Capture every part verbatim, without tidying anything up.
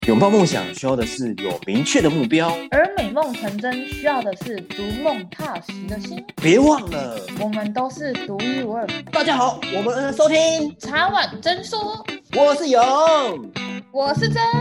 拥抱梦想需要的是有明确的目标， 而美梦成真需要的是逐梦踏实的心。 别忘了， 我们都是独一无二。 大家好，我们收听茶碗真说， 我是勇， 我是真。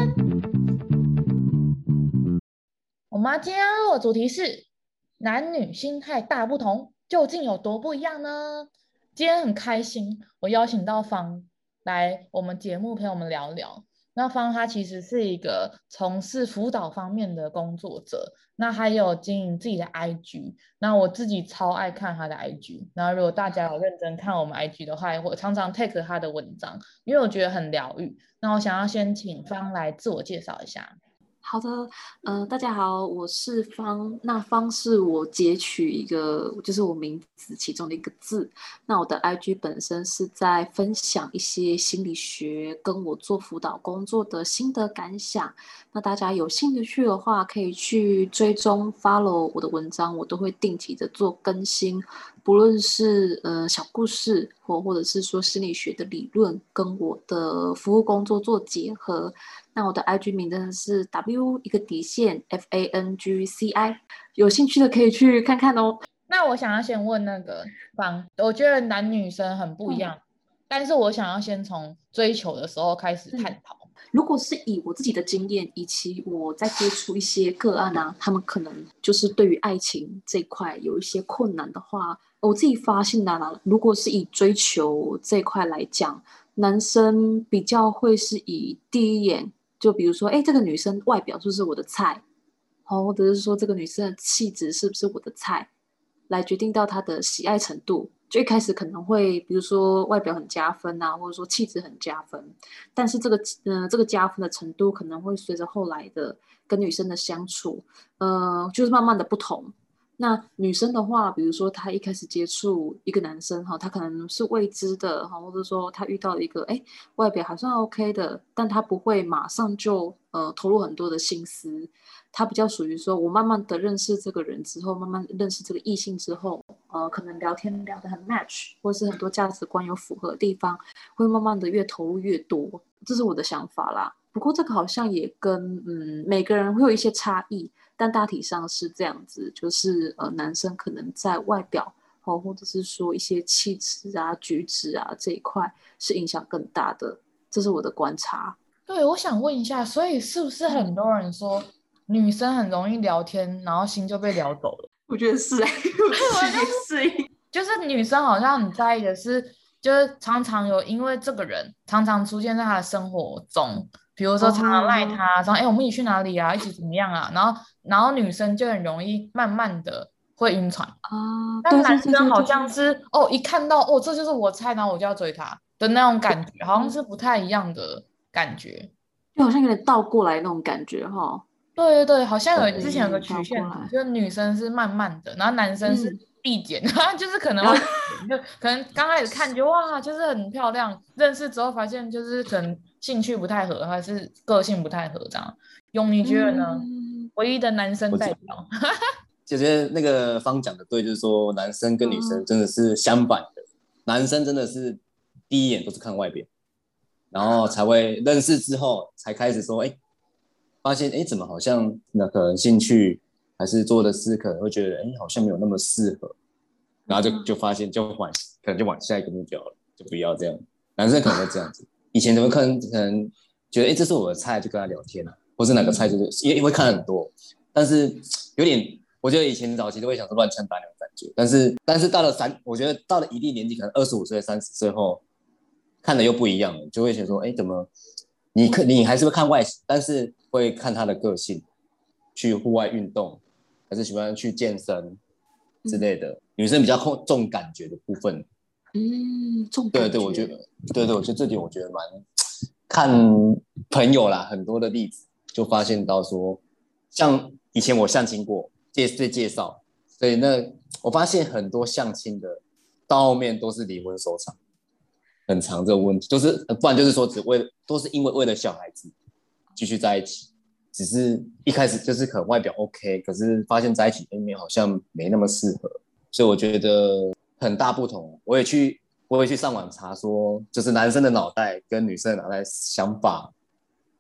我们今天要录的主题是男女心态大不同，究竟有多不一样呢？今天很开心，我邀请到方来我们节目陪我们聊聊。那方他其实是一个从事辅导方面的工作者，那还有经营自己的 I G， 那我自己超爱看他的 I G， 那如果大家有认真看我们 I G 的话，我常常 take 他的文章，因为我觉得很疗愈。那我想要先请方来自我介绍一下。 好的，呃，大家好，我是方。那方是我截取一个，就是我名字其中的一个字。那我的 I G 本身是在分享一些心理学跟我做辅导工作的心得感想。那大家有兴趣的话，可以去追踪 follow 我的文章，我都会定期的做更新。不论是呃小故事，或或者是说心理学的理论，跟我的服务工作做结合。那我的 I G 名真的是 W 一个底线 F A N G C I， 有兴趣的可以去看看哦。 那我想要先问那个方，我觉得男女生很不一样，嗯、但是我想要先从追求的时候开始探讨。 嗯、如果是以我自己的经验，以及我在接触一些个案啊，他们可能就是对于爱情这一块有一些困难的话，我自己发现啊，如果是以追求这一块来讲，男生比较会是以第一眼。就比如说，哎，这个女生外表是不是我的菜？哦，或者是说这个女生的气质是不是我的菜，来决定到她的喜爱程度。就一开始可能会，比如说外表很加分啊，或者说气质很加分，但是这个呃这个加分的程度可能会随着后来的跟女生的相处，呃，就是慢慢的不同。那女生的话，比如说她一开始接触一个男生哈，她可能是未知的哈，或者说她遇到了一个哎外表还算 OK 的，但她不会马上就呃投入很多的心思，她比较属于说我慢慢的认识这个人之后，慢慢认识这个异性之后，呃，可能聊天聊得很 match， 或是很多价值观有符合的地方，会慢慢的越投入越多，这是我的想法啦。不过这个好像也跟嗯每个人会有一些差异。但大体上是这样子，就是呃，男生可能在外表哦，或者是说一些气质啊、举止啊这一块是影响更大的，这是我的观察。 对，我想问一下，所以是不是很多人说女生很容易聊天，然后心就被聊走了？ 我觉得是哎、欸，我是是， 就是女生好像很在意的是，就是常常有因为这个人常常出现在她的生活中。比如说常常赖他，说哎，我们一起去哪里啊？一起怎么样啊？然后，然后女生就很容易慢慢的会晕船啊。 但男生好像是哦，一看到哦，这就是我菜，然后我就要追他的那种感觉，好像是不太一样的感觉， 就好像有点倒过来那种感觉哈。 对对对，好像有之前有个曲线图，就是女生是慢慢的，然后男生是递减，嗯、就是可能会就可能刚开始看就哇，就是很漂亮，认识之后发现就是可能兴趣不太合，还是个性不太合这样。勇，你觉得呢？嗯、唯一的男生代表， 就觉得那个方讲的对，就是说男生跟女生真的是相反的，嗯、男生真的是第一眼都是看外表，然后才会认识之后才开始说，哎。发现哎，怎么好像那可能兴趣还是做的事，可能会觉得哎，好像没有那么适合，然后就就发现就往可能就往下一个目标了，就不要这样。男生可能会这样子，以前怎么可能可能觉得哎，这是我的菜，就跟他聊天啊，或是哪个菜就是因为看很多，但是有点，我觉得以前早期都会想说乱枪打鸟的感觉，但是但是到了三，我觉得到了一定年纪，可能二十五岁、三十岁后，看的又不一样了，就会想说哎，怎么你你还是会看外形，但是会看他的个性，去户外运动，还是喜欢去健身之类的。嗯、女生比较重感觉的部分， 嗯，重感觉。 对对，我觉得，对对，我觉得这点我觉得蛮看朋友啦，很多的例子就发现到说，像以前我相亲过，介对介绍，所以那我发现很多相亲的到后面都是离婚收场，很长这个问题，就是不然就是说只为都是因为为了小孩子。继续在一起，只是一开始就是可能外表 OK， 可是发现在一起里面好像没那么适合，所以我觉得很大不同。我也去，我也去上网查说，就是男生的脑袋跟女生的脑袋想法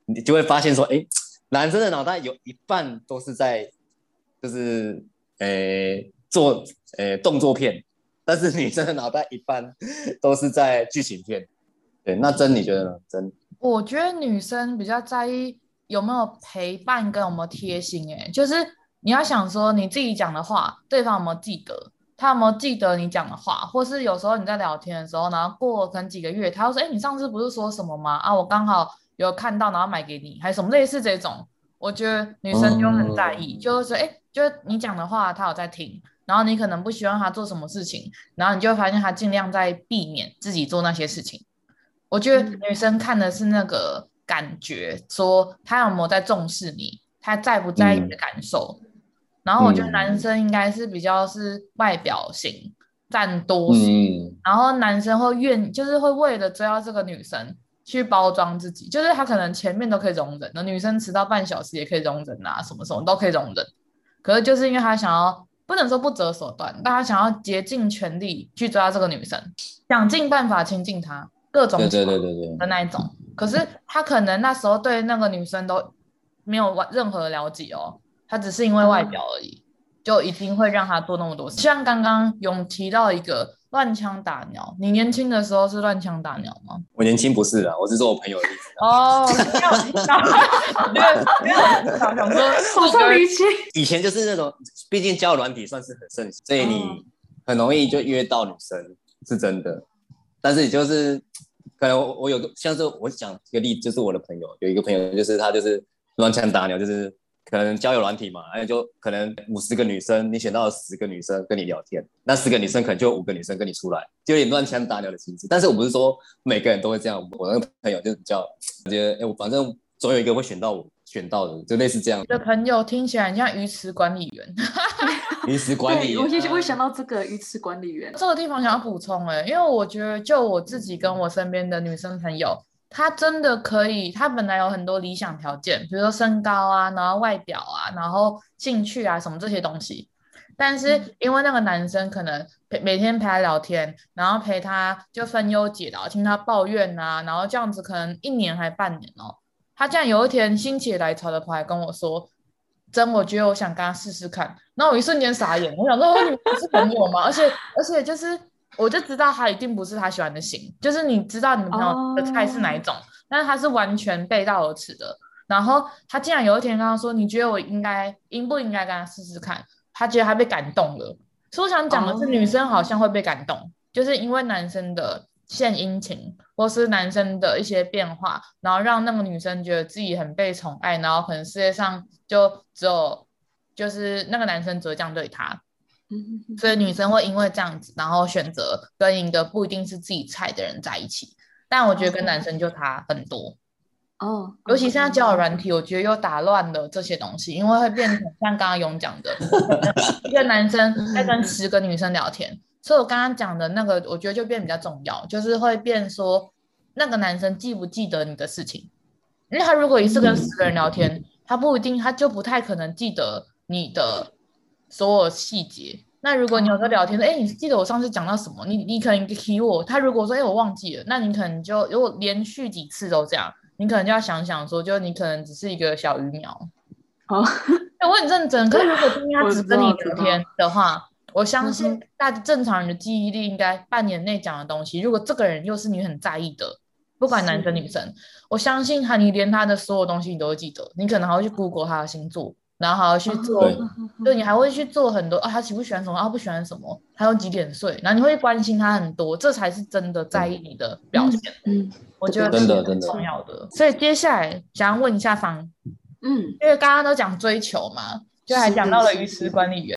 你就会发现说，哎，男生的脑袋有一半都是在就是诶做诶动作片，但是女生的脑袋一半都是在剧情片。对，那真你觉得呢？真， 我觉得女生比较在意有没有陪伴跟有没有贴心、欸，哎，就是你要想说你自己讲的话，对方有没有记得，他有没有记得你讲的话，或是有时候你在聊天的时候，然后过可能几个月，他会说，哎、欸，你上次不是说什么吗？啊，我刚好有看到，然后买给你，还是什么类似这种，我觉得女生就很在意， 嗯、 就是说，哎、欸，就是你讲的话，他有在听。然后你可能不希望他做什么事情，然后你就会发现他尽量在避免自己做那些事情。我觉得女生看的是那个感觉，说他有没有在重视你，他在不在意你的嗯感受。然后我觉得男嗯生应该是比较是外表型占多数， 嗯然后男生会愿就是会为了追到这个女生去包装自己，就是他可能前面都可以容忍，那女生迟到半小时也可以容忍啊，什么什么都可以容忍。可是就是因为他想要，不能说不择手段，但他想要竭尽全力去追到这个女生，想尽办法亲近她，各种对巧对对对对， 的那一种。可是他可能那时候对那个女生都没有任何了解哦，他只是因为外表而已，就一定会让他做那么多事。像刚刚勇提到一个乱枪打鸟，你年轻的时候是乱枪打鸟吗？ 我年轻不是啊，我是说我朋友的例子啊。 哦，没有听到，没有没有听到，想说好像离奇。 以前就是那种，毕竟交友软体算是很盛行，所以你很容易就约到女生，是真的。但是你就是可能我我有个像是我讲一个例子，就是我的朋友有一个朋友，就是他就是乱枪打鸟，就是可能交友软体嘛，然后就可能五十个女生，你选到了十个女生跟你聊天，那十个女生可能就有五个女生跟你出来，就有点乱枪打鸟的性质。但是我不是说每个人都会这样，我那个朋友就比较觉得，哎，我反正总有一个会选到我选到的，就类似这样。 你的朋友听起来很像鱼池管理员。 鱼池管理员， 对，我也我也想到这个鱼池管理员。 这个地方想要补充哎、欸，因为我觉得就我自己跟我身边的女生朋友，她真的可以，她本来有很多理想条件，比如说身高啊，然后外表啊，然后兴趣啊什么这些东西。但是因为那个男生可能陪每天陪她聊天，然后陪她就分忧解劳，听她抱怨啊，然后这样子可能一年还半年哦。他竟然有一天心血来潮的跑来跟我说：“真，我觉得我想跟他试试看。”然后我一瞬间傻眼，我想说：“哦，你们不是朋友吗？”而且而且就是，我就知道他一定不是他喜欢的型，就是你知道你们朋友的菜是哪一种， 哦、 但是他是完全背道而驰的。然后他竟然有一天跟他说：“你觉得我应该应不应该跟他试试看？”他觉得他被感动了。所以我想讲的是，女生好像会被感动，就是因为男生的献殷勤，或是男生的一些变化，然后让那个女生觉得自己很被宠爱，然后可能世界上就只有就是那个男生只会这样对她，所以女生会因为这样子，然后选择跟一个不一定是自己菜的人在一起。但我觉得跟男生就差很多。 哦， 尤其现在交友软体，我觉得又打乱了这些东西，因为会变成像刚刚勇讲的，一个男生在跟十个女生聊天，所以我刚刚讲的那个，我觉得就变比较重要，就是会变说那个男生记不记得你的事情，因为他如果一次跟十个人聊天，他不一定，他就不太可能记得你的所有细节。那如果你有在聊天说，哎，你记得我上次讲到什么？你你可能 key 我，他如果说，哎，我忘记了，那你可能就如果连续几次都这样。你可能就要想想说，就你可能只是一个小鱼苗。 哦， 我很认真。可是如果今天他只跟你聊天的话，我相信大正常人的记忆力应该半年内讲的东西，如果这个人又是你很在意的，不管男生女生，我相信他，你连他的所有东西你都会记得。你可能还会去 Google 他的星座，然后还会去做， 对对你还会去做很多啊，他喜不喜欢什么啊，不喜欢什么，他有几点睡，然后你会关心他很多，这才是真的在意你的表现。 嗯。嗯， 我觉得真的真的重要的，所以接下来想要问一下方， 嗯， 因为刚刚都讲追求嘛，就还讲到了鱼池管理员，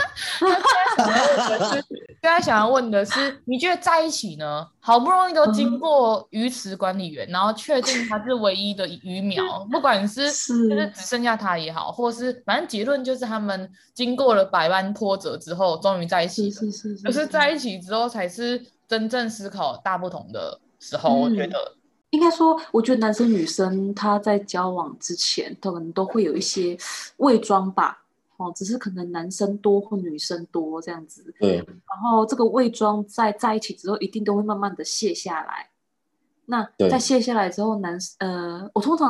现在想要问的是，你觉得在一起呢，好不容易都经过鱼池管理员，然后确定他是唯一的鱼苗，不管是就是只剩下他也好，或是反正结论就是他们经过了百般波折之后，终于在一起了， 是是是是， 可是在一起之后才是真正思考大不同的时候， 嗯、 我觉得。 应该说，我觉得男生女生他在交往之前，可能都会有一些伪装吧，哦，只是可能男生多或女生多这样子。 对。 然后这个伪装在在一起之后，一定都会慢慢的卸下来。那在卸下来之后，男呃，我通常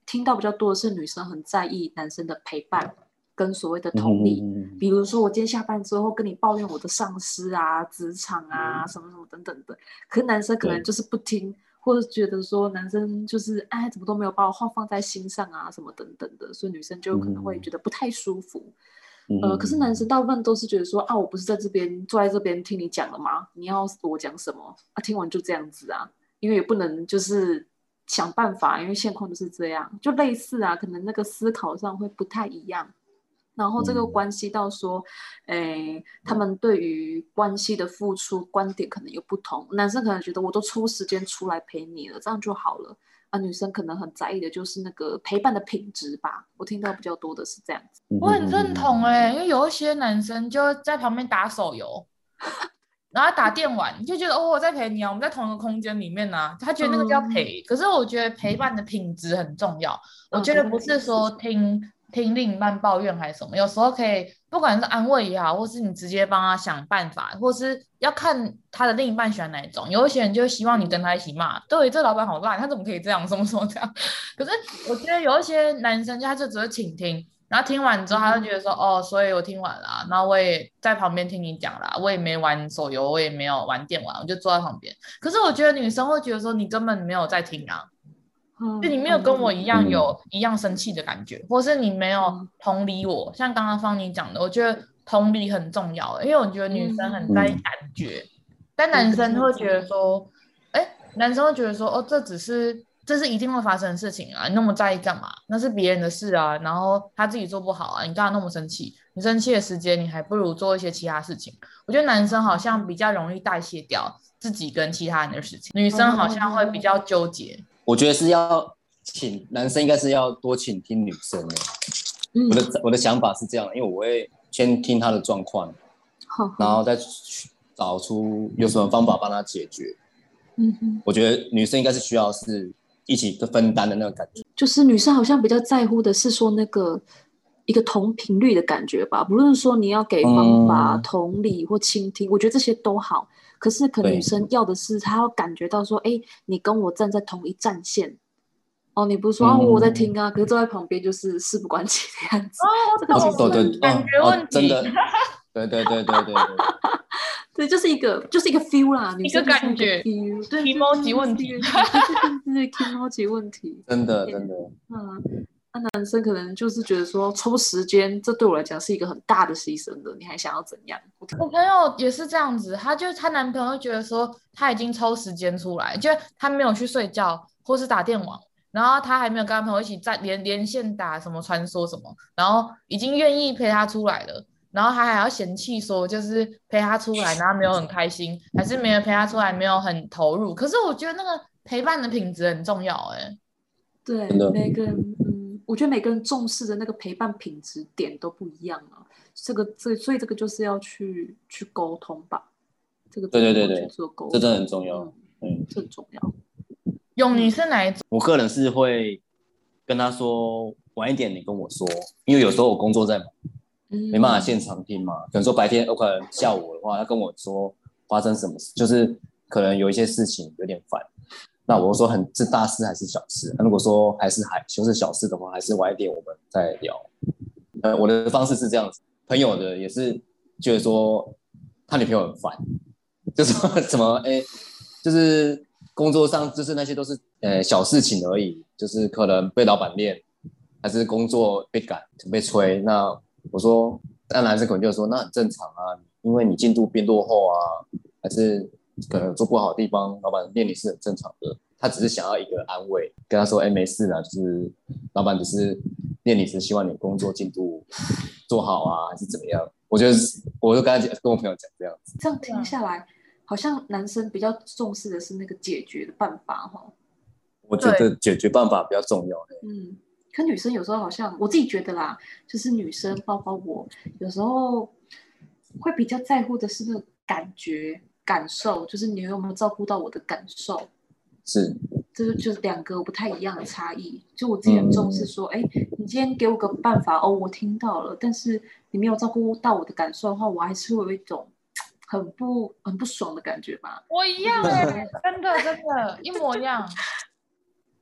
听到比较多的是女生很在意男生的陪伴跟所谓的同理， 嗯、 比如说我今天下班之后跟你抱怨我的上司啊、职场啊、什么什么等等的，可是男生可能就是不听，或者觉得说男生就是哎怎么都没有把我话放在心上啊什么等等的，所以女生就可能会觉得不太舒服。嗯、呃，可是男生大部分都是觉得说啊，我不是在这边坐在这边听你讲了吗？你要我讲什么啊？听完就这样子啊，因为也不能就是想办法，因为现况就是这样，就类似啊，可能那个思考上会不太一样。然后这个关系到说，诶，他们对于关系的付出观点可能有不同。男生可能觉得我都抽时间出来陪你了，这样就好了啊。女生可能很在意的就是那个陪伴的品质吧。我听到比较多的是这样子。 我很认同哎、欸，因为有一些男生就在旁边打手游，然后打电玩，你就觉得哦我在陪你啊，我们在同一个空间里面啊，他觉得那个叫陪。嗯、可是我觉得陪伴的品质很重要，我觉得不是说听。听另一半抱怨还是什么，有时候可以不管是安慰也好，或是你直接帮他想办法，或是要看他的另一半喜欢哪一种。有一些人就希望你跟他一起骂，对，这老板好烂，他怎么可以这样，什么什么这样。可是我觉得有一些男生，就他就只会倾听，然后听完之后他就觉得说，哦，所以我听完了，然后我也在旁边听你讲啦，我也没玩手游，我也没有玩电玩，我就坐在旁边。可是我觉得女生会觉得说，你根本没有在听啊。就你没有跟我一样有、嗯、一样生气的感觉，或是你没有同理我，像刚刚方妮讲的，我觉得同理很重要，因为我觉得女生很在意感觉，嗯、但男生会觉得说，哎，男生会觉得说，哦，这只是这是一定会发生的事情啊，你那么在意干嘛？那是别人的事啊，然后他自己做不好啊，你干嘛那么生气？你生气的时间，你还不如做一些其他事情。我觉得男生好像比较容易代谢掉自己跟其他人的事情，女生好像会比较纠结。 我觉得是要请男生应该是要多倾听女生的，嗯、我的我的想法是这样，因为我会先听她的状况， 嗯、 然后再找出有什么方法帮她解决。 嗯哼， 我觉得女生应该是需要是一起分担的那个感觉， 就是女生好像比较在乎的是说那个一个同频率的感觉吧，不论说你要给方法、嗯、同理或倾听，我觉得这些都好。可是可能女生要的是她要感觉到说，哎，你跟我站在同一战线。哦，你不是说、嗯、啊我在听啊，可是坐在旁边就是事不关己的样子。 哦， 这个其实对对感觉问题， 哦、真的，对对对对对对， 对，就是一个就是一个 feel 啦， 一个感觉 ，feel， 对 ，emoji 问题， 对对对对 emoji 问题， 真的真的， 嗯。那男生可能就是觉得说抽时间，这对我来讲是一个很大的牺牲的，你还想要怎样？ 我朋友也是这样子，她就她男朋友觉得说他已经抽时间出来，就他没有去睡觉或是打电网，然后他还没有跟他朋友一起在连连线打什么传说什么，然后已经愿意陪他出来了，然后他还要嫌弃说就是陪他出来，然后没有很开心，还是没有陪他出来，没有很投入。可是我觉得那个陪伴的品质很重要、欸，哎， 对，每个人，嗯，我觉得每个人重视的那个陪伴品质点都不一样啊。这个，这所以这个就是要去去沟通吧。这个对对对对， 做沟通， 这真的很重要， 嗯，嗯这很重要。 勇女是哪一种？ 我个人是会跟他说晚一点，你跟我说，因为有时候我工作在忙，嗯、没办法现场听嘛。可能说白天，我可能下午的话，他跟我说发生什么事，就是可能有一些事情有点烦。那我说很是大事还是小事？那如果说还是还就是小事的话，还是晚一点我们再聊。呃，我的方式是这样子，朋友的也是觉得说他女朋友很烦，就说什么哎，就是工作上就是那些都是呃小事情而已，就是可能被老板念，还是工作被赶被催。那我说，那男生可能就说那很正常啊，因为你进度变落后啊，还是。可能做不好的地方，老板念你是很正常的。他只是想要一个安慰，跟他说：“哎、欸，没事啦，就是老板只是念你，是希望你工作进度做好啊，还是怎么样？”我觉得，我就跟他跟我朋友讲这样子。 这样听下来，好像男生比较重视的是那个解决的办法哈。 我觉得解决办法比较重要。 嗯，可女生有时候好像我自己觉得啦，就是女生包括我，有时候会比较在乎的是那个感觉。感受就是你有没有照顾到我的感受， 是， 这就是两个不太一样的差异。就我自己很重视说，哎、嗯，你今天给我个办法哦，我听到了，但是你没有照顾到我的感受的话，我还是会有一种很不很不爽的感觉吧。 我一样哎、欸，真的真的，一模一样。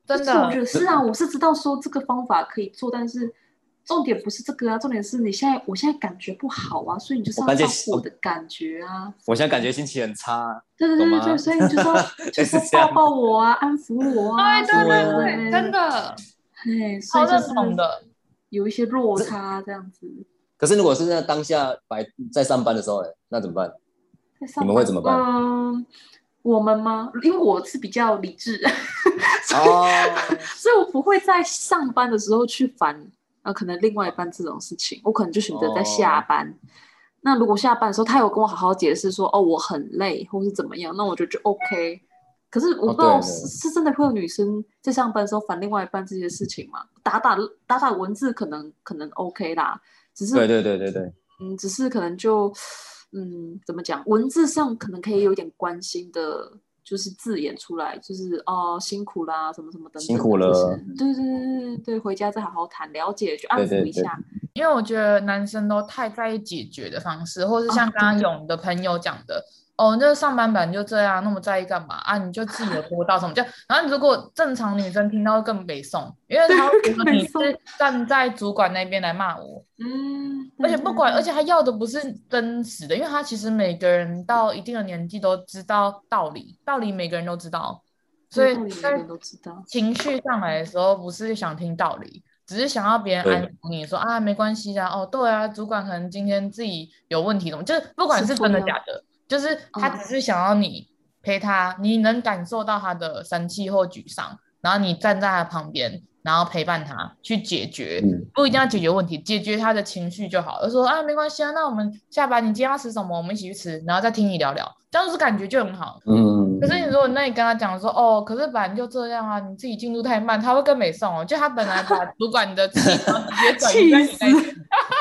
真的。 我觉得是啊，我是知道说这个方法可以做，但是重点不是这个啊，重点是你现在我现在感觉不好啊，所以你就是要照顾我的感觉啊。 我现在感觉心情很差， 对对对对，所以你就是要就是要抱抱我啊，安抚我啊， 对对对对对，真的， 嘿，所以就是有一些落差这样子。 可是如果是在当下白在上班的时候，那怎么办？你们会怎么办？ 嗯，我们吗？因为我是比较理智，所以、 哦、 所以我不会在上班的时候去烦呃可能另外一半这种事情，我可能就选择在下班。哦、那如果下班的时候他有跟我好好解释说哦我很累或是怎么样，那我觉得就 OK。可是我不知道、哦、是, 是真的会有女生在上班的时候烦另外一半这些事情吗？打打打打文字可能可能 OK 啦，只是对对对对对， 嗯，只是可能就嗯怎么讲，文字上可能可以有点关心的，就是字眼出来，就是哦辛苦啦什么什么等等， 辛苦了， 对对对对对，回家再好好谈，了解就安抚一下。 对对对， 因为我觉得男生都太在意解决的方式，或是像刚刚勇的朋友讲的。哦，那上班版就这样，那么在意干嘛啊？你就自己有多到什么就，然后如果正常女生听到会更北宋，因为她会觉得你是站在主管那边来骂我， 嗯， 而且不管，而且他要的不是真实的，因为他其实每个人到一定的年纪都知道道理，道理每个人都知道，所以在情绪上来的时候，不是想听道理，只是想要别人安抚你说啊，没关系啊，哦，对啊，主管可能今天自己有问题，怎么就是不管是真的假的。就是他只是想要你陪他、嗯、你能感受到他的生气或沮丧，然后你站在他旁边，然后陪伴他去解决、嗯、不一定要解决问题，解决他的情绪就好，就说啊没关系啊，那我们下班你今天要吃什么我们一起去吃，然后再听你聊聊，这样子感觉就很好。嗯，可是你如果那你跟他讲说哦可是本来就这样啊，你自己进度太慢，他会更没送哦，就他本来把主管的气直接转移在你那边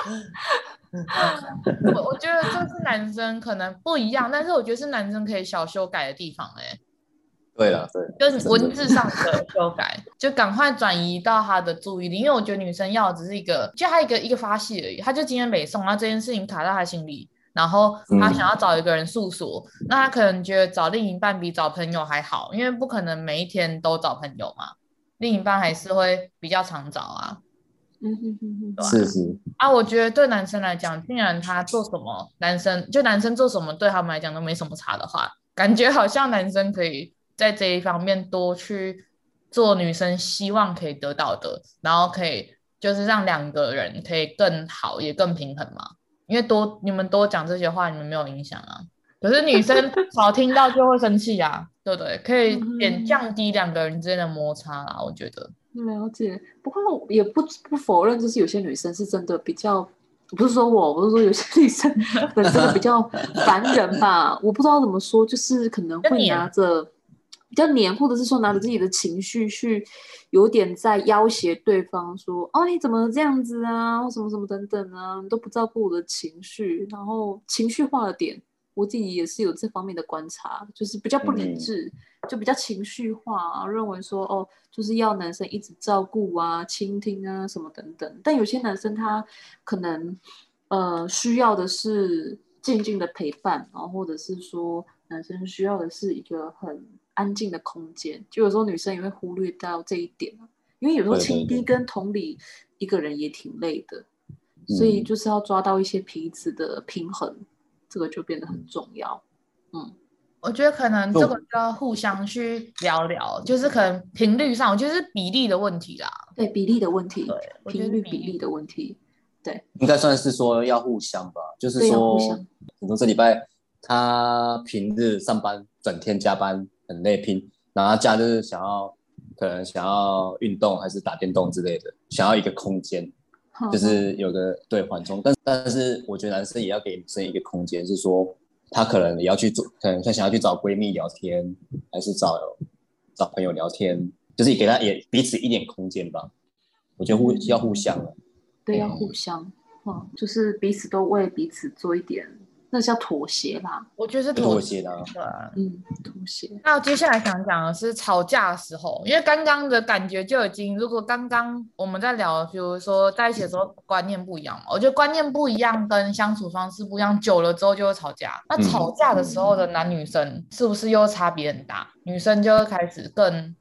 我, 我觉得这是男生可能不一样，但是我觉得是男生可以小修改的地方、欸、 对了，对， 就是文字上的修改，就赶快转移到他的注意力，因为我觉得女生要的只是一个，就他一个一个发泄而已，他就今天没送，然后这件事情卡在他心里，然后他想要找一个人诉说、嗯，那他可能觉得找另一半比找朋友还好，因为不可能每一天都找朋友嘛，另一半还是会比较常找啊。 嗯哼哼哼， 是是啊，我觉得对男生来讲，既然他做什么，男生就男生做什么对他们来讲都没什么差的话，感觉好像男生可以在这一方面多去做女生希望可以得到的，然后可以就是让两个人可以更好也更平衡嘛。因为多你们多讲这些话，你们没有影响啊。可是女生少听到就会生气啊，对不对？可以减降低两个人之间的摩擦啦，我觉得。 了解，不过也不不否认，就是有些女生是真的比较，不是说我，我是说有些女生本身的比较烦人吧，我不知道怎么说，就是可能会拿着比较黏，或者是说拿着自己的情绪去有点在要挟对方说，哦你怎么这样子啊，或什么什么等等啊，你都不照顾我的情绪，然后情绪化的点。我自己也是有这方面的观察，就是比较不理智、嗯、就比较情绪化，认为说哦就是要男生一直照顾啊倾听啊什么等等，但有些男生他可能呃需要的是静静的陪伴，然后或者是说男生需要的是一个很安静的空间，就有时候女生也会忽略到这一点，因为有时候倾听跟同理一个人也挺累的，所以就是要抓到一些彼此的平衡，这个就变得很重要。嗯， 我觉得可能这个就要互相去聊聊，就是可能频率上，我觉得是比例的问题啦。 对，比例的问题， 对， 频率比例的问题，对， 应该算是说要互相吧，就是说，很多这礼拜他平日上班整天加班很累拼，然后假日想要可能想要运动还是打电动之类的，想要一个空间。就是有个对缓冲，但但是我觉得男生也要给女生一个空间，是说他可能也要去做，可能他想要去找闺蜜聊天，还是找找朋友聊天，就是给他也彼此一点空间吧。我觉得互要互相了， 对，要互相，嗯，就是彼此都为彼此做一点。那叫妥协啦， 我觉得是妥协啦， 对啊， 嗯，妥协。 那接下来想讲的是吵架的时候，因为刚刚的感觉就已经，如果刚刚我们在聊，比如说在一起的时候观念不一样嘛，我觉得观念不一样跟相处方式不一样，久了之后就会吵架。那吵架的时候的男女生是不是又差别很大？女生就会开始更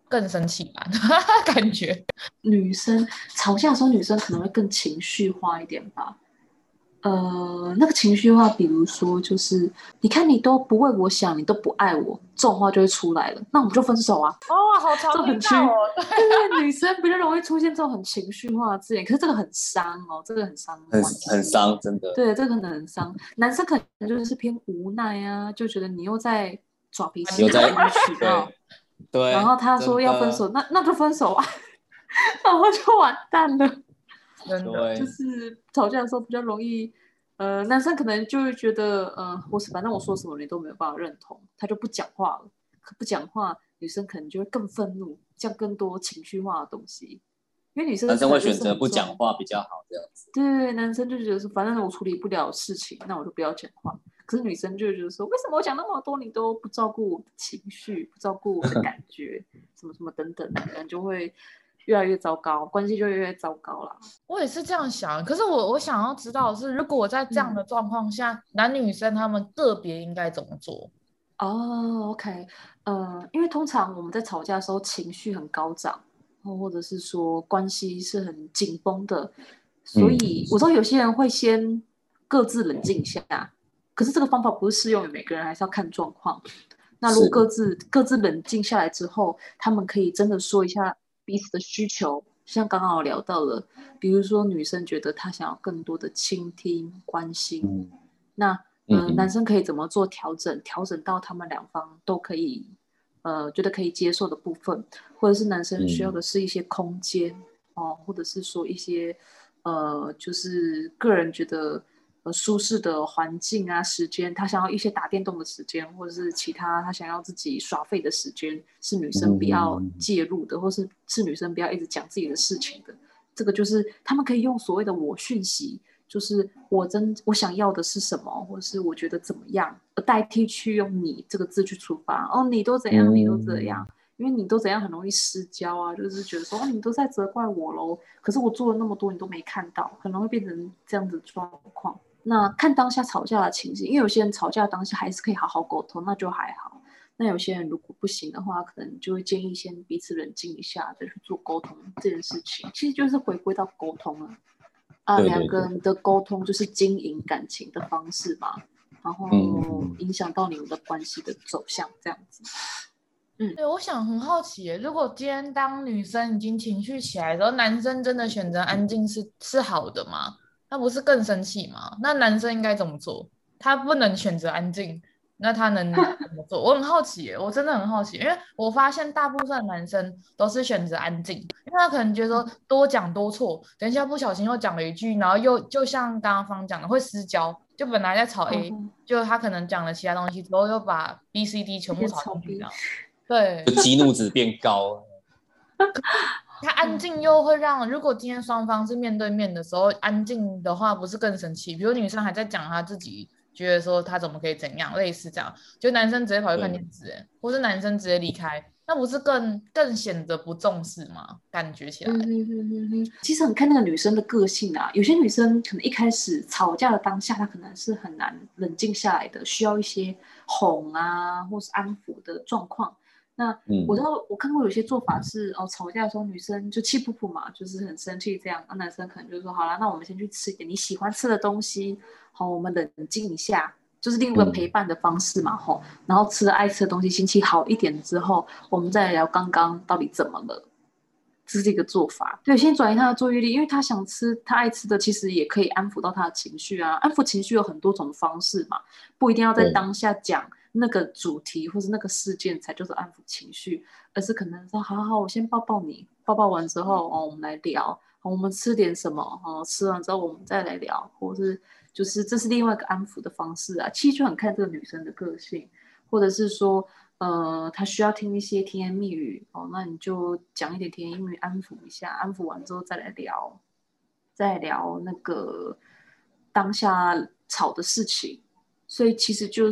更生气吧，感觉。 女生吵架的时候，女生可能会更情绪化一点吧。呃，那个情绪化，比如说就是你看你都不为我想，你都不爱我，这种话就会出来了，那我们就分手啊。 哦，好常这种很情， 听到哦。 对对，女生比较容易出现这种很情绪化的字眼，可是这个很伤哦，这个很伤很关系， 很伤，真的。 对，这个可能很伤。男生可能就是偏无奈啊，就觉得你又在耍脾气， 又在无理取闹， 对对， 然后他说要分手，那那就分手啊，然后就完蛋了。 真的， 就对， 是吵架的时候比较容易，呃，男生可能就会觉得，呃，我反正我说什么你都没有办法认同，他就不讲话了。可不讲话，女生可能就会更愤怒，讲更多情绪化的东西。因为女生男生会感觉选择不是很重， 讲话比较好，这样子。 对，男生就觉得说，反正我处理不了事情，那我就不要讲话。可是女生就觉得说，为什么我讲那么多，你都不照顾我的情绪，不照顾我的感觉，什么什么等等，可能就会越来越糟糕，关系就越来越糟糕了。 我也是这样想。可是我我想要知道的是，如果我在这样的状况下，嗯、男女生他们个别应该怎么做？ 哦，OK，呃，因为通常我们在吵架的时候情绪很高涨，或者是说关系是很紧绷的，所以我知道有些人会先各自冷静一下，可是这个方法不是适用于每个人，还是要看状况。那如果各自各自冷静下来之后，他们可以真的说一下彼此的需求，像刚刚我聊到了，比如说女生觉得她想要更多的倾听、关心，嗯、那呃，男生可以怎么做调整？调整到他们两方都可以，呃，觉得可以接受的部分，或者是男生需要的是一些空间、嗯、哦，或者是说一些呃，就是个人觉得呃舒适的环境啊、时间，他想要一些打电动的时间，或者是其他他想要自己耍废的时间，是女生不要介入的，或是是女生不要一直讲自己的事情的。这个就是他们可以用所谓的我讯息。就是我真我想要的是什么，或者是我觉得怎么样，而代替去用你这个字去出发。哦，你都怎样，你都怎样，因为你都怎样很容易失焦啊，就是觉得说，哦，你都在责怪我咯，可是我做了那么多，你都没看到，很容易变成这样子状况。那看当下吵架的情形，因为有些人吵架当下还是可以好好沟通，那就还好。那有些人如果不行的话，可能就会建议先彼此冷静一下，再去做沟通这件事情。其实就是回归到沟通了。啊，两个人的沟通就是经营感情的方式嘛，然后影响到你们的关系的走向，这样子。 嗯，对，我想很好奇，如果今天当女生已经情绪起来的时候，男生真的选择安静是是好的吗？他不是更生气吗？那男生应该怎么做？他不能选择安静，那他能怎么做？我很好奇耶，我真的很好奇，因为我发现大部分男生都是选择安静，因为他可能觉得说多讲多错，等一下不小心又讲了一句，然后又就像刚刚方讲的会失焦，就本来在吵 A，、嗯、就他可能讲了其他东西之后又把 B、C、D 全部吵进去，这样。对， 就激怒值变高。 他安静又会让，如果今天双方是面对面的时候，安静的话不是更生气？比如女生还在讲她自己觉得说她怎么可以怎样，类似这样，就男生直接跑去看电视，或是男生直接离开，那不是更更显得不重视吗？感觉起来，嗯哼哼哼哼，其实很看那个女生的个性啊。有些女生可能一开始吵架的当下，她可能是很难冷静下来的，需要一些哄啊，或是安抚的状况。那我知道，我看过有些做法是哦，吵架的时候女生就气噗噗嘛，就是很生气这样，那男生可能就说好啦，那我们先去吃一点你喜欢吃的东西，好，我们冷静一下，就是另一个陪伴的方式嘛，吼、嗯。然后吃了爱吃的东西，心情好一点之后，我们再来聊刚刚到底怎么了，这是一个做法。对，先转移他的注意力，因为他想吃他爱吃的，其实也可以安抚到他的情绪啊。安抚情绪有很多种方式嘛，不一定要在当下讲。那个主题或是那个事件才就是安抚情绪，而是可能说好好好，我先抱抱你，抱抱完之后哦，我们来聊，我们吃点什么哦，吃完之后我们再来聊，或是就是这是另外一个安抚的方式啊。其实就很看这个女生的个性，或者是说呃，她需要听一些甜言蜜语哦，那你就讲一点甜言蜜语安抚一下，安抚完之后再来聊，再聊那个当下吵的事情。所以其实就是，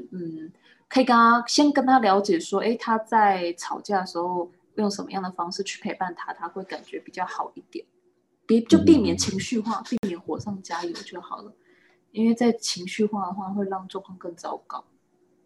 嗯，可以跟他先跟他了解说，哎，他在吵架的时候用什么样的方式去陪伴他，他会感觉比较好一点，别就避免情绪化，避免火上加油就好了。因为在情绪化的话，会让状况更糟糕。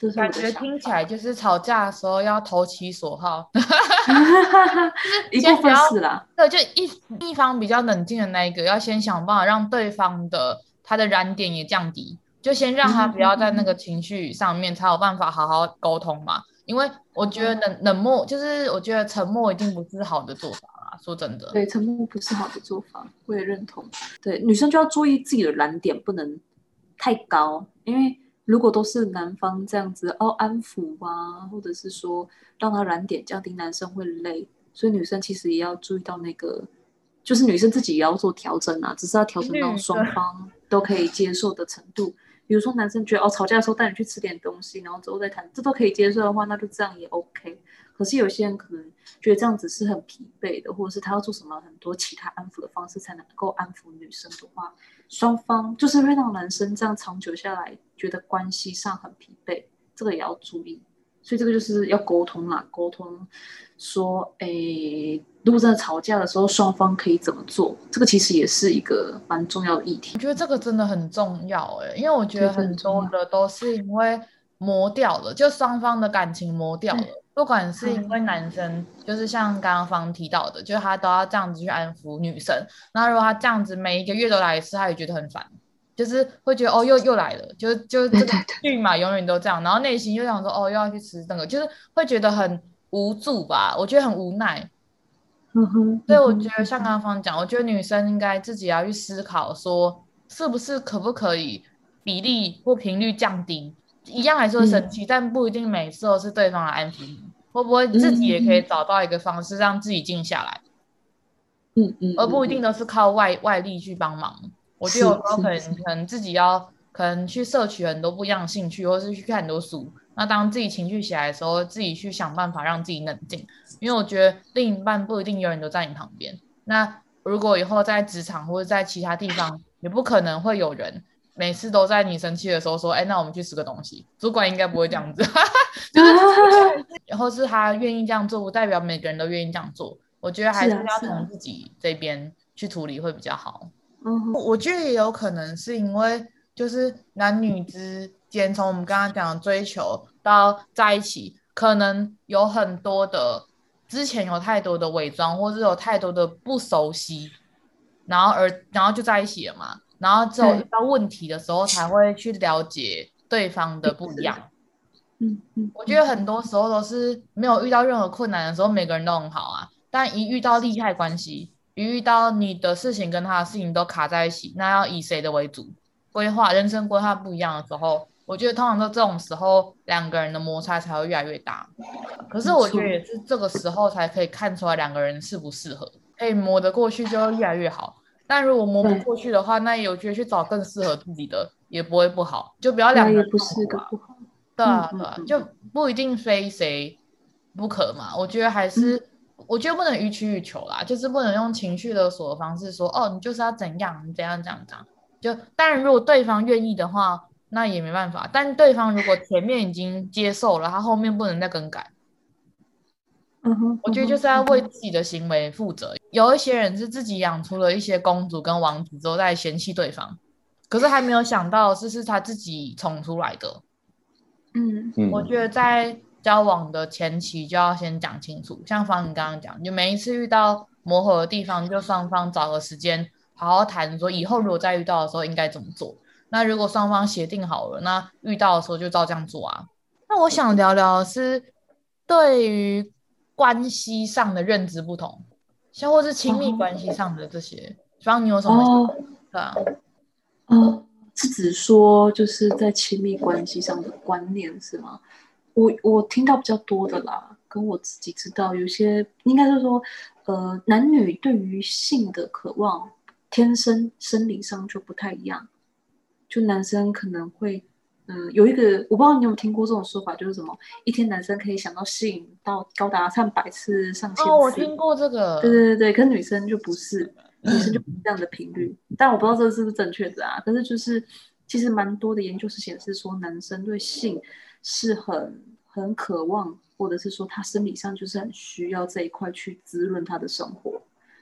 感这是我的想觉听起法。 来就是吵架的时候要投其所好， 一部先不要分是啦， 对，就一一方比较冷静的那一个，要先想办法让对方的他的燃点也降低，就先让他不要在那个情绪上面，才有办法好好沟通嘛。因为我觉得冷冷漠，就是我觉得沉默一定不是好的做法啦。说真的， 对，沉默不是好的做法，我也认同。对，女生就要注意自己的燃点不能太高，因为如果都是男方这样子哦安抚啊，或者是说让他燃点降低，男生会累，所以女生其实也要注意到那个，就是女生自己也要做调整啊，只是要调整到绿双方都可以接受的程度。比如说男生觉得哦吵架的时候带你去吃点东西，然后之后再谈，这都可以接受的话，那就这样也 OK。可是有些人可能觉得这样子是很疲惫的，或者是他要做什么很多其他安抚的方式才能够安抚女生的话，双方就是会让男生这样长久下来觉得关系上很疲惫，这个也要注意。所以这个就是要沟通啦，沟通说，诶，如果真的吵架的时候，双方可以怎么做？这个其实也是一个蛮重要的议题。 我觉得这个真的很重要诶，因为我觉对， 得很这很重要。 多的都是因为磨掉了，就双方的感情磨掉对， 了。不管是因为嗯男生，就是像刚刚方提到的，就是他都要这样子去安抚女生，那如果他这样子每一个月都来一次，他也觉得很烦，就是会觉得哦又又来了，就就这个对对对， 剧嘛，永远都这样，然后内心又想说哦又要去吃那个，就是会觉得很无助吧，我觉得很无奈。 嗯哼， 所以嗯我觉得像哼， 刚刚方讲，我觉得女生应该自己要去思考，说是不是可不可以比例或频率降低，一样还是会嗯生气，但不一定每次都是对方来安抚你，会不会自己也可以嗯找到一个方式让自己静下来， 嗯嗯而不一定嗯嗯， 都是靠外外力去帮忙。我觉得有时是候可是是， 能可能自己要可能去摄取很多不一样的兴趣，或是去看很多书。那当自己情绪起来的时候，自己去想办法让自己冷静。因为我觉得另一半不一定永远都在你旁边。那如果以后在职场或者在其他地方，也不可能会有人每次都在你生气的时候说：“哎，那我们去吃个东西。”主管应该不会这样子，就是然后是他愿意这样做，不代表每个人都愿意这样做。我觉得还是是要啊是啊， 从自己这边去处理会比较好。 嗯哼， 我觉得也有可能是因为就是男女之间，从我们刚刚讲的追求到在一起，可能有很多的之前有太多的伪装，或是有太多的不熟悉，然后而然后就在一起了嘛，然后只有遇对， 到问题的时候才会去了解对方的不一是， 样。 嗯嗯我觉得很多时候都是没有遇到任何困难的时候，每个人都很好啊。但一遇到利害关系，一遇到你的事情跟他的事情都卡在一起，那要以谁的为主？规划人生规划不一样的时候，我觉得通常都这种时候，两个人的摩擦才会越来越大。可是没错， 我觉得也是这个时候才可以看出来两个人适不适合，可以磨得过去就会越来越好。但如果磨不对过去的话，那有觉得去找更适合自己的也不会不好，就不要对啊， 两个人也不是痛苦啊。 个不好， 对啊，对啊， 嗯嗯嗯就不一定非谁不可嘛。我觉得还嗯， 是，我觉得不能予取予求啦，就是不能用情绪勒索的方式说，哦，你就是要怎样，你怎样怎样怎样。就当然，如果对方愿意的话，那也没办法。但对方如果前面已经接受了，他后面不能再更改。 嗯哼， 我觉得就是要为自己的行为负责。有一些人是自己养出了一些公主跟王子之后再嫌弃对方，可是还没有想到这是他自己宠出来的。 嗯我觉得在交往的前期就要先讲清楚，像方你刚刚讲，就每一次遇到磨合的地方，就双方找个时间好好谈，说以后如果再遇到的时候应该怎么做。那如果双方协定好了，那遇到的时候就照这样做啊。那我想聊聊的是对于关系上的认知不同，像或是亲密关系上的这些，方你有什么想哦法啊？ 哦，是指说就是在亲密关系上的观念是吗？我我听到比较多的啦，跟我自己知道有些应该是说，呃，男女对于性的渴望，天生生理上就不太一样。就男生可能会，嗯、有一个我不知道你有没有听过这种说法，就是什么一天男生可以想到吸引到高达上百次、上千哦，我次。 听过这对个， 对对对，可是女生就不是，女生就不是这样的频率。但我不知道这是不是正确的啊。但是就是其实蛮多的研究是显示说，男生对性是很很渴望，或者是说他生理上就是很需要这一块去滋润他的生活。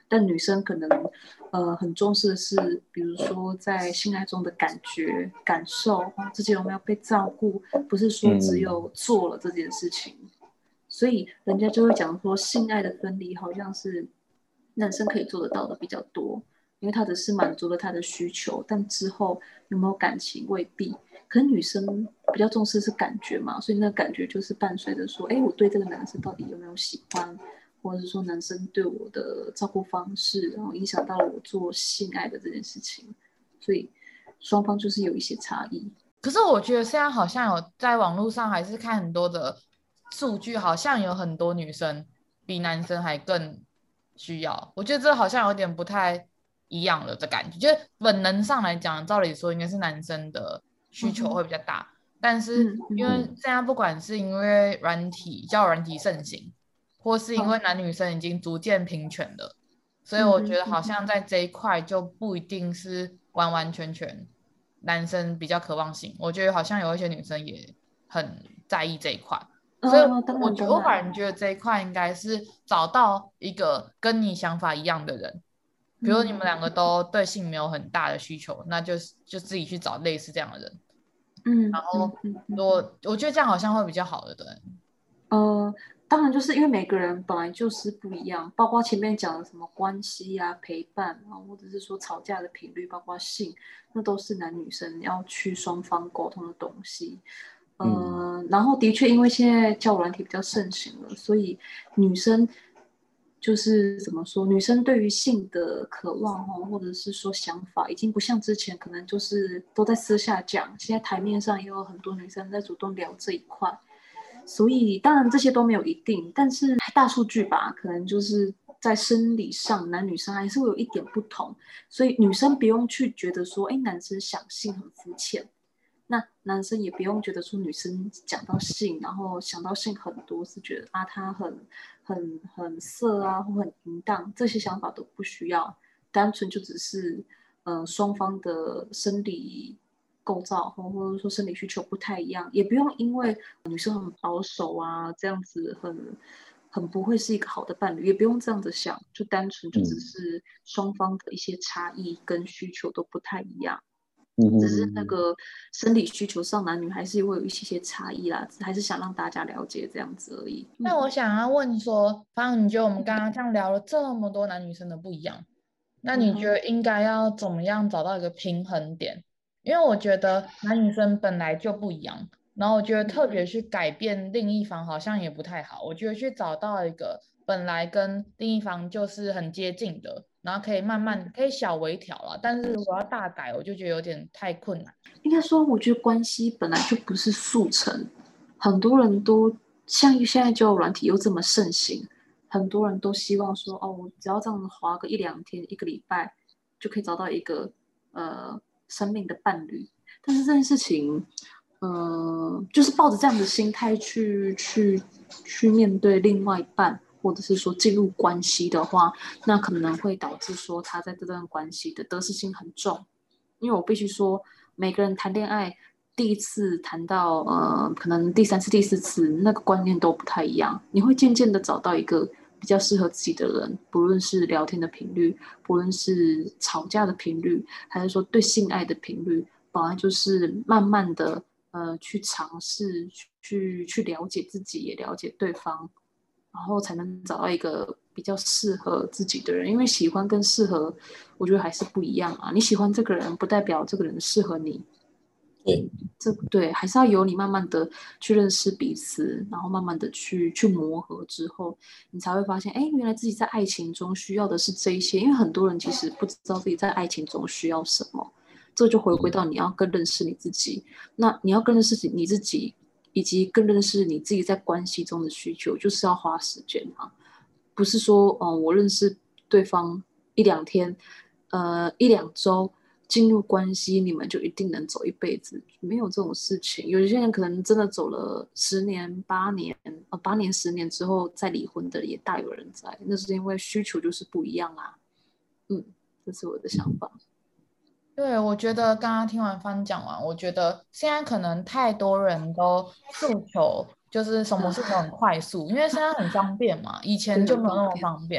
但女生可能呃很重视的是，比如说在性爱中的感觉、感受，哦、自己有没有被照顾，不是说只有做了这件事情。嗯、所以人家就会讲说，性爱的分离好像是男生可以做得到的比较多，因为他只是满足了他的需求，但之后有没有感情未必。可是女生比较重视是感觉嘛，所以那个感觉就是伴随着说，哎，我对这个男生到底有没有喜欢，或者是说男生对我的照顾方式，然后影响到了我做性爱的这件事情，所以双方就是有一些差异。 可是我觉得现在好像有在网络上还是看很多的数据，好像有很多女生比男生还更需要，我觉得这好像有点不太一样了的感觉。就是本能上来讲，照理说应该是男生的需求会比较大，嗯、但是因为现在不管是因为软体交友软体盛行，或是因为男女生已经逐渐平权了，所以我觉得好像在这一块就不一定是完完全全男生比较渴望性，我觉得好像有一些女生也很在意这一块。所以我觉得我反而觉得这一块应该是找到一个跟你想法一样的人，比如你们两个都对性没有很大的需求，那就就自己去找类似这样的人。 嗯， 然后我我觉得这样好像会比较好的，对。 呃，当然就是因为每个人本来就是不一样，包括前面讲的什么关系啊、陪伴啊，或者是说吵架的频率，包括性，那都是男女生要去双方沟通的东西。呃，然后的确，因为现在交友软体比较盛行了，所以女生就是怎么说，女生对于性的渴望哦，或者是说想法，已经不像之前可能就是都在私下讲，现在台面上也有很多女生在主动聊这一块。所以当然这些都没有一定，但是大数据吧，可能就是在生理上男女生还是会有一点不同，所以女生不用去觉得说，哎，男生想性很肤浅。那男生也不用觉得说女生讲到性，然后想到性很多，是觉得啊他很很很色啊，或很淫荡，这些想法都不需要，单纯就只是呃双方的生理构造或者说生理需求不太一样，也不用因为女生很保守啊这样子很很不会是一个好的伴侣，也不用这样子想，就单纯就只是双方的一些差异跟需求都不太一样。只是那个生理需求上，男女还是会有一些些差异啦，还是想让大家了解这样子而已。 那我想要问说，方，你觉得我们刚刚这样聊了这么多男女生的不一样，那你觉得应该要怎么样找到一个平衡点？因为我觉得男女生本来就不一样，然后我觉得特别去改变另一方好像也不太好。我觉得去找到一个本来跟另一方就是很接近的，然后可以慢慢可以小微调了，但是如果要大改，我就觉得有点太困难。 应该说，我觉得关系本来就不是速成，很多人都像现在交友软体又这么盛行，很多人都希望说，哦，我只要这样滑个一两天、一个礼拜，就可以找到一个呃生命的伴侣。但是这件事情，呃，就是抱着这样的心态去去去面对另外一半，或者是说进入关系的话，那可能会导致说他在这段关系的得失心很重。因为我必须说，每个人谈恋爱第一次谈到呃，可能第三次、第四次，那个观念都不太一样。你会渐渐的找到一个比较适合自己的人，不论是聊天的频率，不论是吵架的频率，还是说对性爱的频率，本来就是慢慢的呃去尝试，去去了解自己，也了解对方。然后才能找到一个比较适合自己的人，因为喜欢跟适合，我觉得还是不一样啊。你喜欢这个人，不代表这个人适合你。 对， 这对还是要由你慢慢的去认识彼此，然后慢慢的去去磨合之后，你才会发现，哎，原来自己在爱情中需要的是这一些。因为很多人其实不知道自己在爱情中需要什么，这就回归到你要更认识你自己。那你要更认识你自己。以及更认识你自己在关系中的需求，就是要花时间啊，不是说，嗯，我认识对方一两天，呃，一两周进入关系，你们就一定能走一辈子，没有这种事情。有些人可能真的走了十年、八年，呃，八年、十年之后再离婚的也大有人在，那是因为需求就是不一样啊。嗯，这是我的想法。 对，我觉得刚刚听完方讲完，我觉得现在可能太多人都诉求就是什么事都很快速，因为现在很方便嘛，以前就没有那么方便。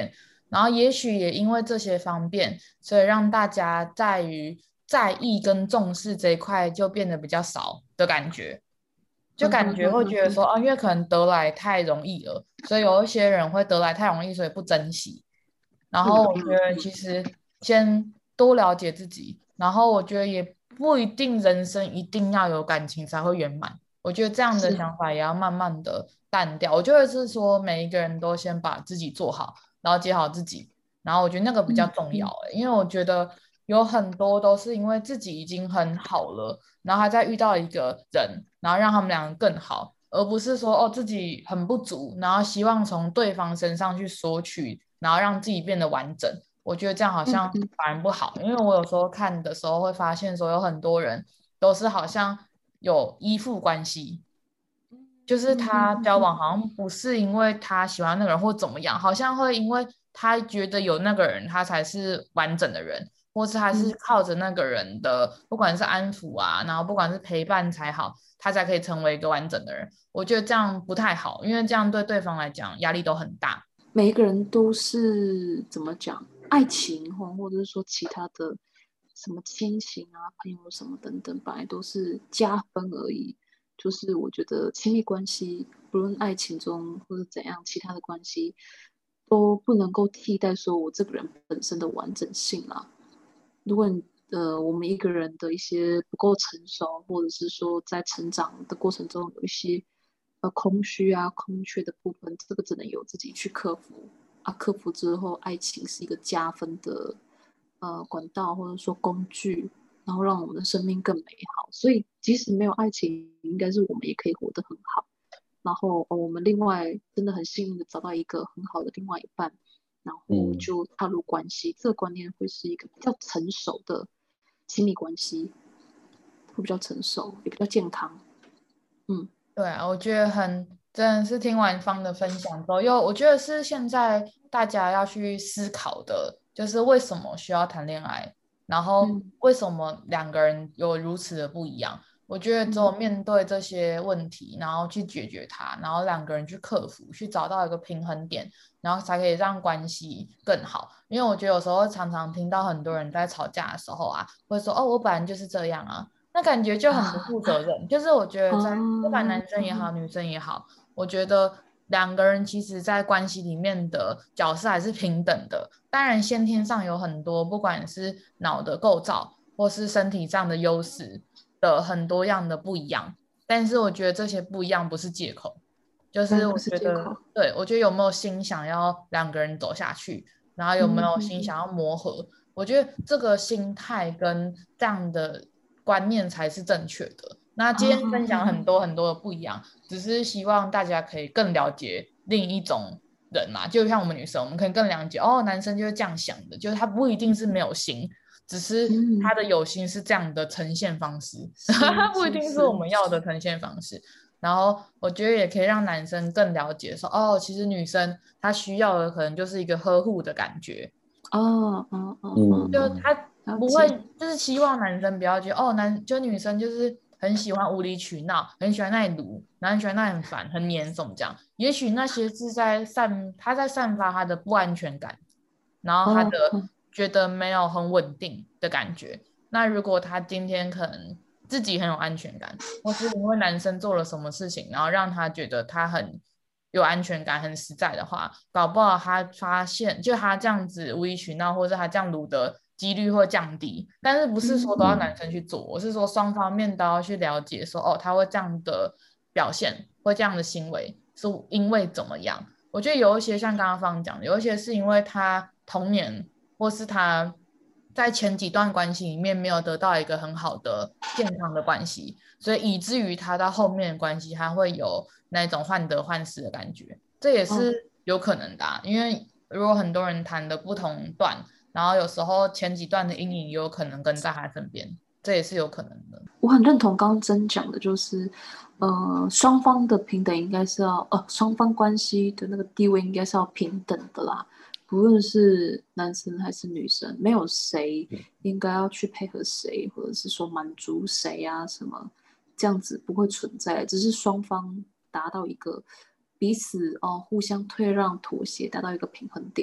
然后也许也因为这些方便，所以让大家在于在意跟重视这一块就变得比较少的感觉。就感觉会觉得说啊，因为可能得来太容易了，所以有一些人会得来太容易，所以不珍惜。然后我觉得其实先多了解自己，然后我觉得也不一定人生一定要有感情才会圆满。我觉得这样的想法也要慢慢的淡掉。我觉得是说每一个人都先把自己做好，了解好自己，然后我觉得那个比较重要、欸，因为我觉得有很多都是因为自己已经很好了，然后他再遇到一个人，然后让他们两个更好，而不是说哦自己很不足，然后希望从对方身上去索取，然后让自己变得完整。我觉得这样好像反而不好，因为我有时候看的时候会发现说有很多人都是好像有依附关系，就是他交往好像不是因为他喜欢那个人或怎么样，好像会因为他觉得有那个人他才是完整的人，或是他是靠着那个人的不管是安抚啊，然后不管是陪伴才好，他才可以成为一个完整的人。我觉得这样不太好，因为这样对对方来讲压力都很大。 每一个人都是怎么讲，爱情或或者是说其他的什么亲情啊、朋友什么等等，本来都是加分而已。就是我觉得亲密关系，不论爱情中或者怎样，其他的关系都不能够替代说我这个人本身的完整性啦。如果你呃我们一个人的一些不够成熟，或者是说在成长的过程中有一些呃空虚啊、空缺的部分，这个只能由自己去克服啊。克服之后，爱情是一个加分的呃管道或者说工具，然后让我们的生命更美好。所以即使没有爱情，应该是我们也可以活得很好。然后、哦、我们另外真的很幸运的找到一个很好的另外一半，然后就踏入关系，这个观念会是一个比较成熟的亲密关系，会比较成熟，也比较健康。嗯， 对啊，我觉得很真的是听完方的分享之后，又我觉得是现在大家要去思考的，就是为什么需要谈恋爱，然后为什么两个人有如此的不一样。我觉得只有面对这些问题，然后去解决它，然后两个人去克服，去找到一个平衡点，然后才可以让关系更好。因为我觉得有时候常常听到很多人在吵架的时候啊，会说哦，我本来就是这样啊。那感觉就很不负责任。就是我觉得在不管男生也好，女生也好，我觉得两个人其实在关系里面的角色还是平等的。当然，先天上有很多，不管是脑的构造或是身体上的优势的很多样的不一样。但是我觉得这些不一样不是借口，就是我觉得，对，我觉得有没有心想要两个人走下去，然后有没有心想要磨合，我觉得这个心态跟这样的观念才是正确的。那今天分享很多很多的不一样，只是希望大家可以更了解另一种人嘛，就像我们女生，我们可以更了解哦，男生就是这样想的，就是他不一定是没有心，只是他的有心是这样的呈现方式，不一定是我们要的呈现方式。然后我觉得也可以让男生更了解说，哦，其实女生她需要的可能就是一个呵护的感觉。 哦哦哦， 就他不会，就是希望男生不要觉得哦，男就女生就是很喜欢无理取闹，很喜欢那里撸，然后很喜欢那里很烦、很黏什么这样。也许那些是在散，他在散发他的不安全感，然后他的觉得没有很稳定的感觉。那如果他今天可能自己很有安全感，或是因为男生做了什么事情，然后让他觉得他很有安全感、很实在的话，搞不好他发现，就他这样子无理取闹，或者他这样撸的几率会降低。但是不是说都要男生去做，我是说双方面都要去了解说，哦，他会这样的表现，会这样的行为，是因为怎么样？我觉得有一些像刚刚方讲的，有一些是因为他童年或是他在前几段关系里面没有得到一个很好的健康的关系，所以以至于他到后面的关系他会有那种患得患失的感觉，这也是有可能的、啊、因为如果很多人谈的不同段，然后有时候前几段的阴影也有可能跟在他身边，这也是有可能的。 我很认同刚刚真讲的，就是呃，双方的平等应该是要呃，双方关系的那个地位应该是要平等的啦。不论是男生还是女生，没有谁应该要去配合谁，或者是说满足谁啊什么，这样子不会存在，只是双方达到一个彼此哦互相退让妥协，达到一个平衡点，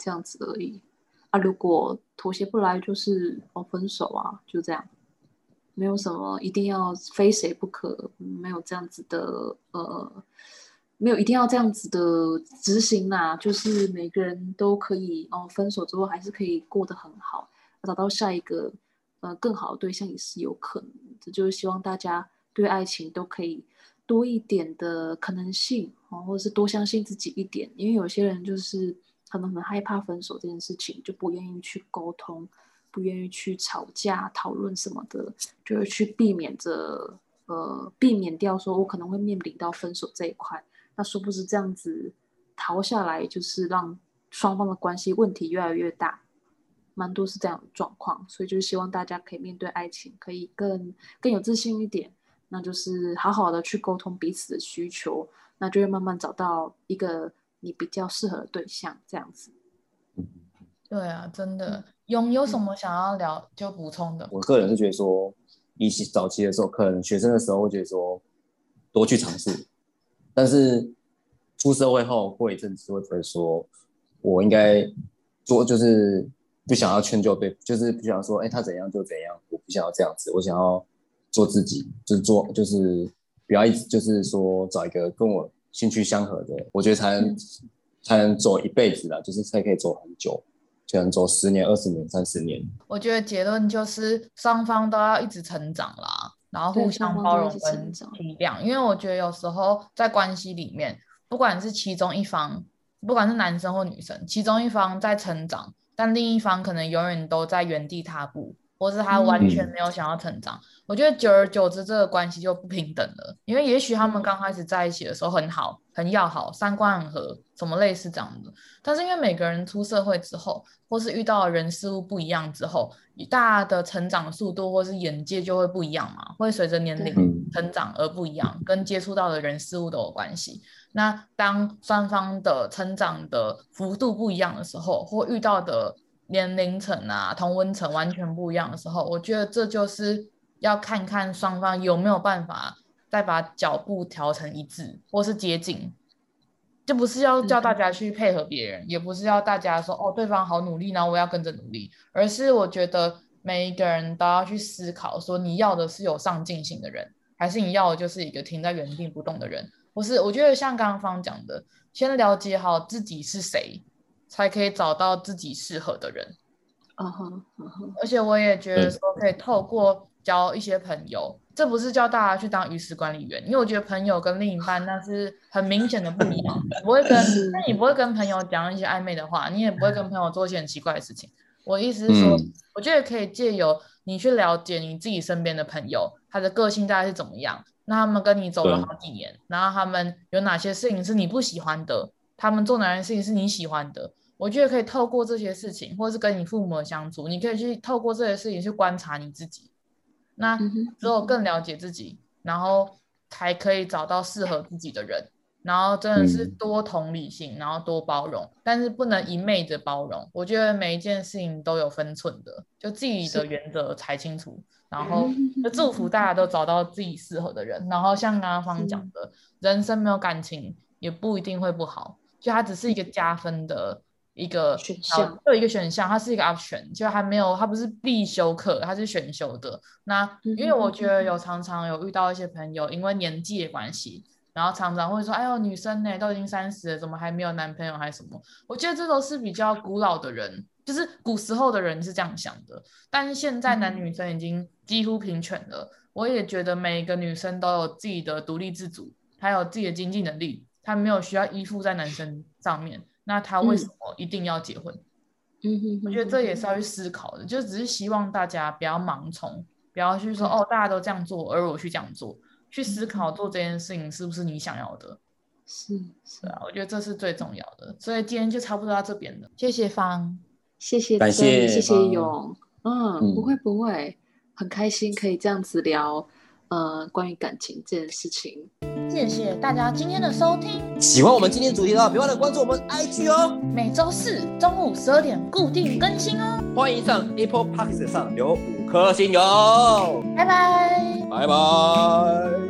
这样子而已啊。如果妥协不来，就是哦分手啊，就这样，没有什么一定要非谁不可，没有这样子的呃，没有一定要这样子的执行啦。就是每个人都可以哦，分手之后还是可以过得很好，找到下一个呃更好的对象也是有可能的。就是希望大家对爱情都可以多一点的可能性，哦，或者是多相信自己一点，因为有些人就是可能很害怕分手这件事情，就不愿意去沟通，不愿意去吵架讨论什么的，就是去避免着呃避免掉说我可能会面临到分手这一块。那殊不知这样子逃下来，就是让双方的关系问题越来越大，蛮多是这样的状况。所以就是希望大家可以面对爱情可以更更有自信一点，那就是好好的去沟通彼此的需求，那就会慢慢找到一个你比较适合的对象，这样子。 对啊，真的。勇有什么想要聊就补充的？ 我个人是觉得说，以前早期的时候，可能学生的时候会觉得说多去尝试，但是出社会后过一阵子会觉得说，我应该做就是不想要迁就对，就是不想说，哎，他怎样就怎样，我不想要这样子，我想要做自己，就是做就是不要一直就是说找一个跟我兴趣相合的，我觉得才能、嗯、才能走一辈子啦，就是才可以走很久。可能走十年、二十年、三十年。 我觉得结论就是双方都要一直成长啦，然后互相包容跟体谅。因为我觉得有时候在关系里面，不管是其中一方，不管是男生或女生，其中一方在成长，但另一方可能永远都在原地踏步，或是他完全没有想要成长。嗯、我觉得久而久之，这个关系就不平等了。因为也许他们刚开始在一起的时候很好、很要好，三观很合，什么类似这样的。但是因为每个人出社会之后，或是遇到的人事物不一样之后，大家的成长速度或是眼界就会不一样嘛，会随着年龄成长而不一样，跟接触到的人事物都有关系。那当双方的成长的幅度不一样的时候，或遇到的年龄层啊、同温层完全不一样的时候，我觉得这就是要看看双方有没有办法再把脚步调成一致，或是接近。就不是要叫大家去配合别人、嗯、也不是要大家说哦对方好努力然后我要跟着努力，而是我觉得每一个人都要去思考说你要的是有上进心的人，还是你要的就是一个停在原地不动的人。或是我觉得像刚刚方讲的，先了解好自己是谁，才可以找到自己适合的人。 uh huh, uh huh. 而且我也觉得说可以透过交一些朋友，这不是叫大家去当鱼池管理员，因为我觉得朋友跟另一半那是很明显的不一样。你不会跟那你不会跟朋友讲一些暧昧的话，你也不会跟朋友做一些很奇怪的事情。我的意思是说、嗯、我觉得可以借由你去了解你自己身边的朋友，他的个性大概是怎么样，那他们跟你走了好几年，然后他们有哪些事情是你不喜欢的，他们做哪些事情是你喜欢的。我觉得可以透过这些事情，或是跟你父母的相处，你可以去透过这些事情去观察你自己，那之后更了解自己，然后才可以找到适合自己的人，然后真的是多同理心，然后多包容，但是不能一昧的包容。我觉得每一件事情都有分寸的，就自己的原则才清楚，然后就祝福大家都找到自己适合的人。然后像刚刚方讲的，人生没有感情也不一定会不好，就它只是一个加分的一个选项， 有一个选项，它是一个 option， 就还没有，它不是必修课，它是选修的。那因为我觉得有常常有遇到一些朋友，因为年纪的关系，然后常常会说，哎呦，女生呢都已经三十了，怎么还没有男朋友还是什么？我觉得这都是比较古老的人，就是古时候的人是这样想的，但是现在男女生已经几乎平权了。我也觉得每一个女生都有自己的独立自主，还有自己的经济能力，她没有需要依附在男生上面。那他为什么一定要结婚？嗯，我觉得这也是要去思考的，就只是希望大家不要盲从，不要去说、嗯、哦，大家都这样做，而我去这样做，去思考做这件事情是不是你想要的。 是，是啊，我觉得这是最重要的。所以今天就差不多到这边了，谢谢方， 谢谢感谢谢谢勇，嗯，嗯不会不会，很开心可以这样子聊，呃，关于感情这件事情。 谢谢大家今天的收听， 喜欢我们今天主题的话，别忘了关注我们 I G 哦。 每周四中午十二点固定更新哦。 欢迎上 Apple Podcast 上留五颗星哟。 拜拜， 拜拜。